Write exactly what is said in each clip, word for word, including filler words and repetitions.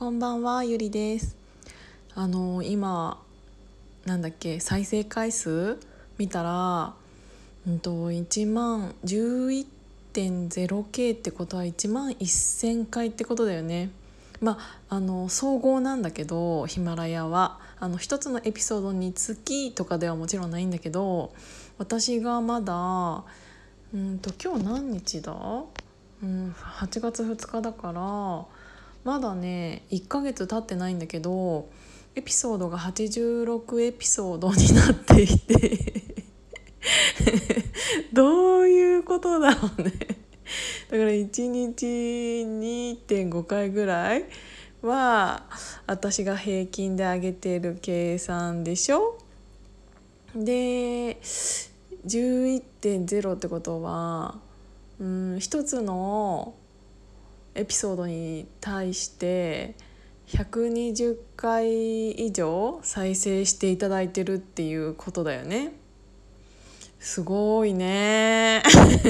こんばんは、ゆりです。あの今なんだっけ再生回数見たら、うんといちまん じゅういってんゼロケー ってことはいちまんせんかいってことだよね。まああの総合なんだけど、ヒマラヤはあの一つのエピソードにつきとかではもちろんないんだけど、私がまだうんと今日何日だ、うん、はちがつふつかだからまだねいっかげつ経ってないんだけど、エピソードがはちじゅうろくエピソードになっていてどういうことだろうね。だからいちにちにてんごかいぐらいは私が平均で上げてる計算でしょ。で じゅういってんゼロ ってことは、うん一つのエピソードに対してひゃくにじゅっかい以上再生していただいてるっていうことだよね。すごいね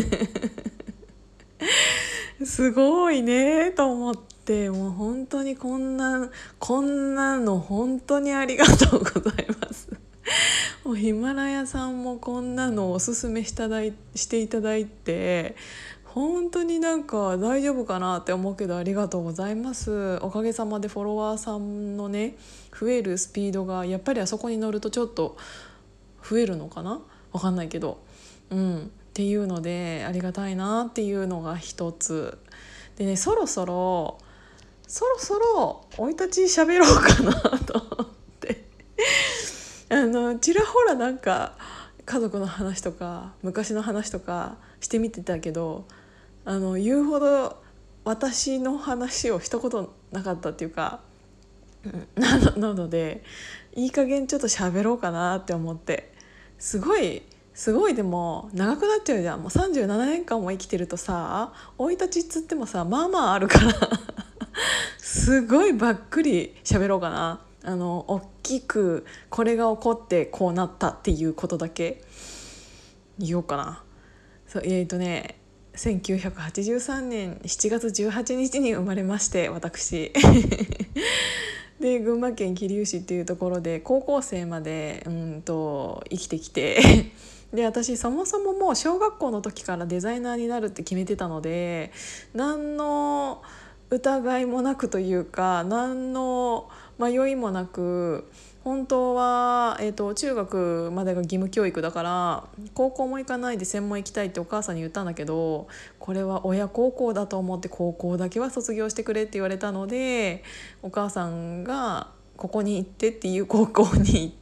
すごいねと思って、もう本当にこんなこんなの本当にありがとうございますもうヒマラヤさんもこんなのおすすめしただいしていただいて、本当になんか大丈夫かなって思うけど、ありがとうございます。おかげさまでフォロワーさんのね増えるスピードがやっぱりあそこに乗るとちょっと増えるのかな、わかんないけど、うんっていうのでありがたいなっていうのが一つでね、そろそろそろそろ生い立ち喋ろうかなと思ってあのちらほらなんか家族の話とか昔の話とかしてみてたけど、あの言うほど私の話をしたことなかったっていうか、なの、なのでいい加減ちょっと喋ろうかなって思って、すごいすごいでも長くなっちゃうじゃん。もうさんじゅうななねんかんも生きてるとさ、生い立ちっつってもさまあまああるからすごいばっくり喋ろうかな。あの大きくこれが起こってこうなったっていうことだけ言おうかな。そうえーとねせんきゅうひゃくはちじゅうさんねんしちがつじゅうはちにちに生まれまして、私で群馬県桐生市っていうところで高校生までうんと生きてきてで私そもそももう小学校の時からデザイナーになるって決めてたので、何の疑いもなくというか何の迷いもなく、本当は、えーと、中学までが義務教育だから高校も行かないで専門行きたいってお母さんに言ったんだけど、これは親孝行だと思って高校だけは卒業してくれって言われたので、お母さんがここに行ってっていう高校に行って、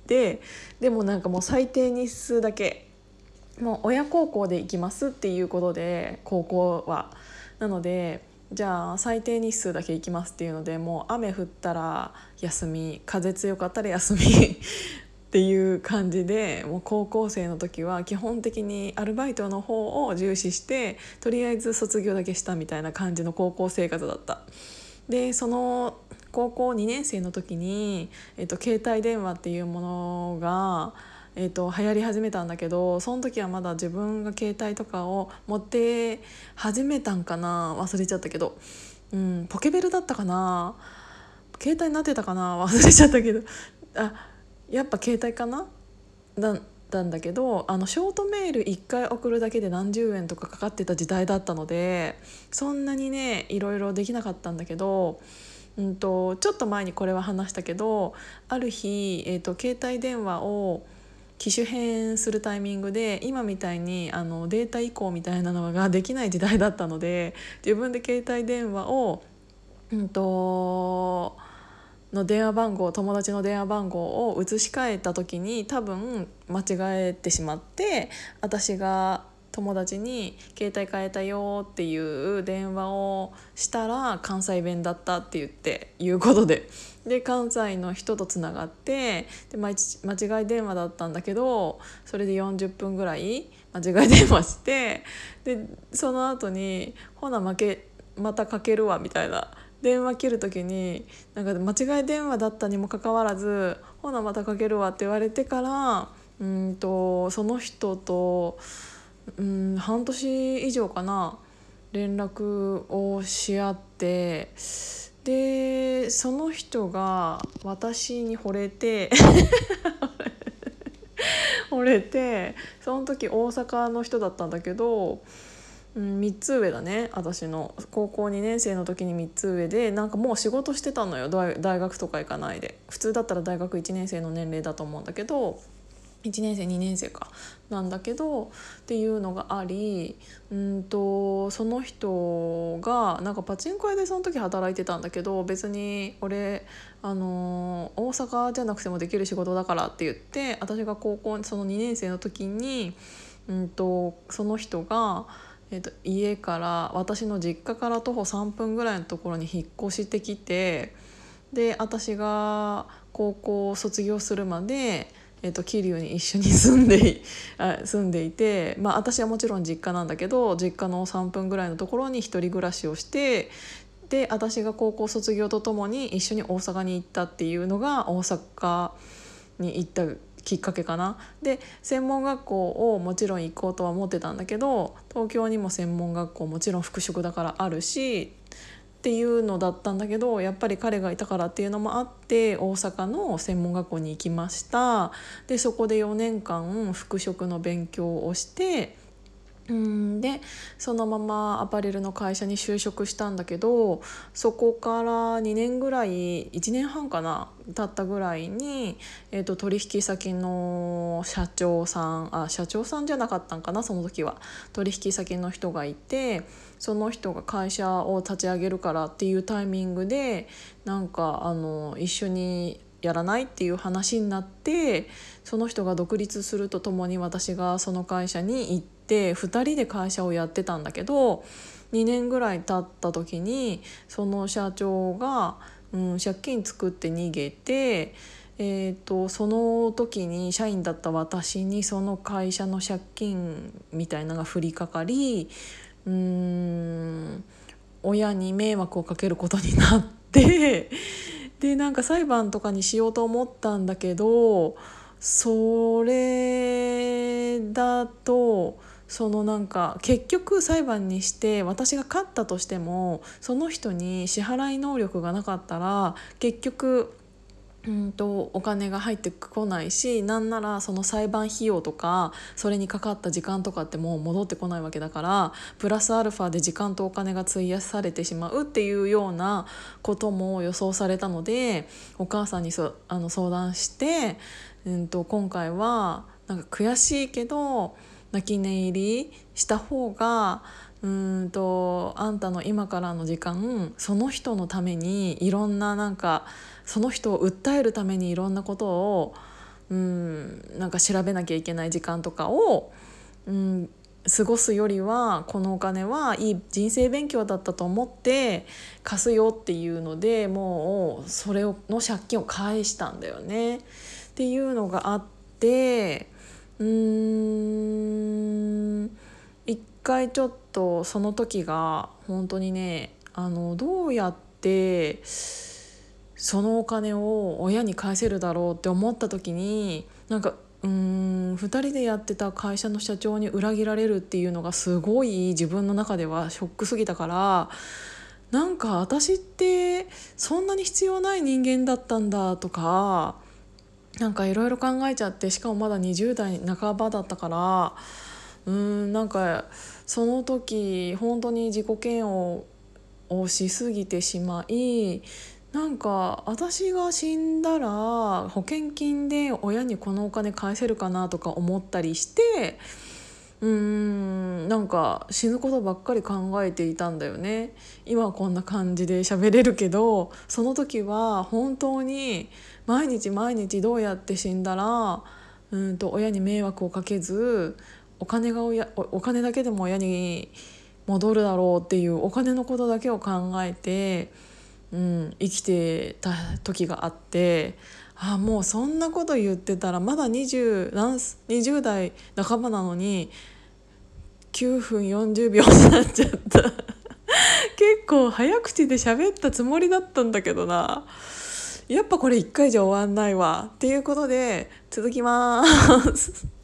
でもなんかもう最低日数だけもう親孝行で行きますっていうことで、高校はなのでじゃあ最低日数だけ行きますっていうので、もう雨降ったら休み、風強かったら休みっていう感じで、もう高校生の時は基本的にアルバイトの方を重視して、とりあえず卒業だけしたみたいな感じの高校生活だった。でその高校にねん生の時に、えっと、携帯電話っていうものがえー、と流行り始めたんだけど、その時はまだ自分が携帯とかを持って始めたんかな、忘れちゃったけど、うん、ポケベルだったかな、携帯になってたかな、忘れちゃったけど、あやっぱ携帯かなだったんだけど、あのショートメールいっかい送るだけで何十円とかかかってた時代だったので、そんなにねいろいろできなかったんだけど、うんとちょっと前にこれは話したけど、ある日、えー、と携帯電話を機種変するタイミングで今みたいにあのデータ移行みたいなのができない時代だったので、自分で携帯電話を、うんとの電話番号友達の電話番号を移し替えた時に多分間違えてしまって、私が友達に携帯変えたよっていう電話をしたら関西弁だったって言っていうことで、で関西の人とつながって、で間違い電話だったんだけど、それでよんじゅっぷんぐらい間違い電話して、でその後にほな負けまたかけるわみたいな、電話切る時になんか間違い電話だったにもかかわらずほなまたかけるわって言われてから、うんとその人とうん半年以上かな連絡をし合って、でその人が私に惚れて惚れてその時大阪の人だったんだけど、うん、みっつ上だね。私の高校にねん生の時にみっつ上で、なんかもう仕事してたのよ。大大学とか行かないで。普通だったら大学いちねん生の年齢だと思うんだけど、いちねん生にねん生かなんだけどっていうのがあり、うんとその人がなんかパチンコ屋でその時働いてたんだけど、別に俺あの大阪じゃなくてもできる仕事だからって言って、私が高校そのにねん生の時に、うんとその人がえーと家から私の実家から徒歩さんぷんぐらいのところに引っ越してきて、で私が高校を卒業するまで、えーと桐生に一緒に住んでいあ住んでいて、まあ、私はもちろん実家なんだけど、実家のさんぷんぐらいのところに一人暮らしをして、で私が高校卒業とともに一緒に大阪に行ったっていうのが大阪に行ったきっかけかな。で専門学校をもちろん行こうとは思ってたんだけど、東京にも専門学校もちろん服飾だからあるしっていうのだったんだけど、やっぱり彼がいたからっていうのもあって大阪の専門学校に行きました。でそこでよねんかん服飾の勉強をして、うんでそのままアパレルの会社に就職したんだけど、そこからにねんぐらいいちねんはんかな経ったぐらいに、えーと、取引先の社長さんあ社長さんじゃなかったんかな、その時は取引先の人がいて、その人が会社を立ち上げるからっていうタイミングでなんかあの一緒にやらないっていう話になって、その人が独立するとともに私がその会社に行ってふたりで会社をやってたんだけど、にねんぐらい経った時にその社長が、うん、借金作って逃げて、えーと、その時に社員だった私にその会社の借金みたいなのが降りかかり、うーん親に迷惑をかけることになってでなんか裁判とかにしようと思ったんだけど、それだとそのなんか結局裁判にして私が勝ったとしてもその人に支払い能力がなかったら結局うんとお金が入ってこないし、なんならその裁判費用とかそれにかかった時間とかってもう戻ってこないわけだから、プラスアルファで時間とお金が費やされてしまうっていうようなことも予想されたので、お母さんにそあの相談して、うんと今回はなんか悔しいけど泣き寝入りした方がうーんとあんたの今からの時間その人のためにいろんななんかその人を訴えるためにいろんなことをうんなんか調べなきゃいけない時間とかをうん過ごすよりはこのお金はいい人生勉強だったと思って貸すよっていうので、もうそれをの借金を返したんだよねっていうのがあって、うーん一回ちょっとその時が本当にね、あのどうやってそのお金を親に返せるだろうって思った時に、なんかうーんふたりでやってた会社の社長に裏切られるっていうのがすごい自分の中ではショックすぎたから、なんか私ってそんなに必要ない人間だったんだとか、なんかいろいろ考えちゃって、しかもまだにじゅう代半ばだったから、うーんなんかその時本当に自己嫌悪をしすぎてしまい、なんか私が死んだら保険金で親にこのお金返せるかなとか思ったりして、うーんなんか死ぬことばっかり考えていたんだよね。今はこんな感じで喋れるけど、その時は本当に毎日毎日どうやって死んだらうんと親に迷惑をかけずお金が親おお金だけでも親に戻るだろうっていうお金のことだけを考えて、うん、生きてた時があって、あもうそんなこと言ってたらまだにじゅう、にじゅう代半ばなのにきゅうふんよんじゅうびょうになっちゃった結構早口で喋ったつもりだったんだけどな、やっぱこれいっかいじゃ終わんないわっていうことで続きます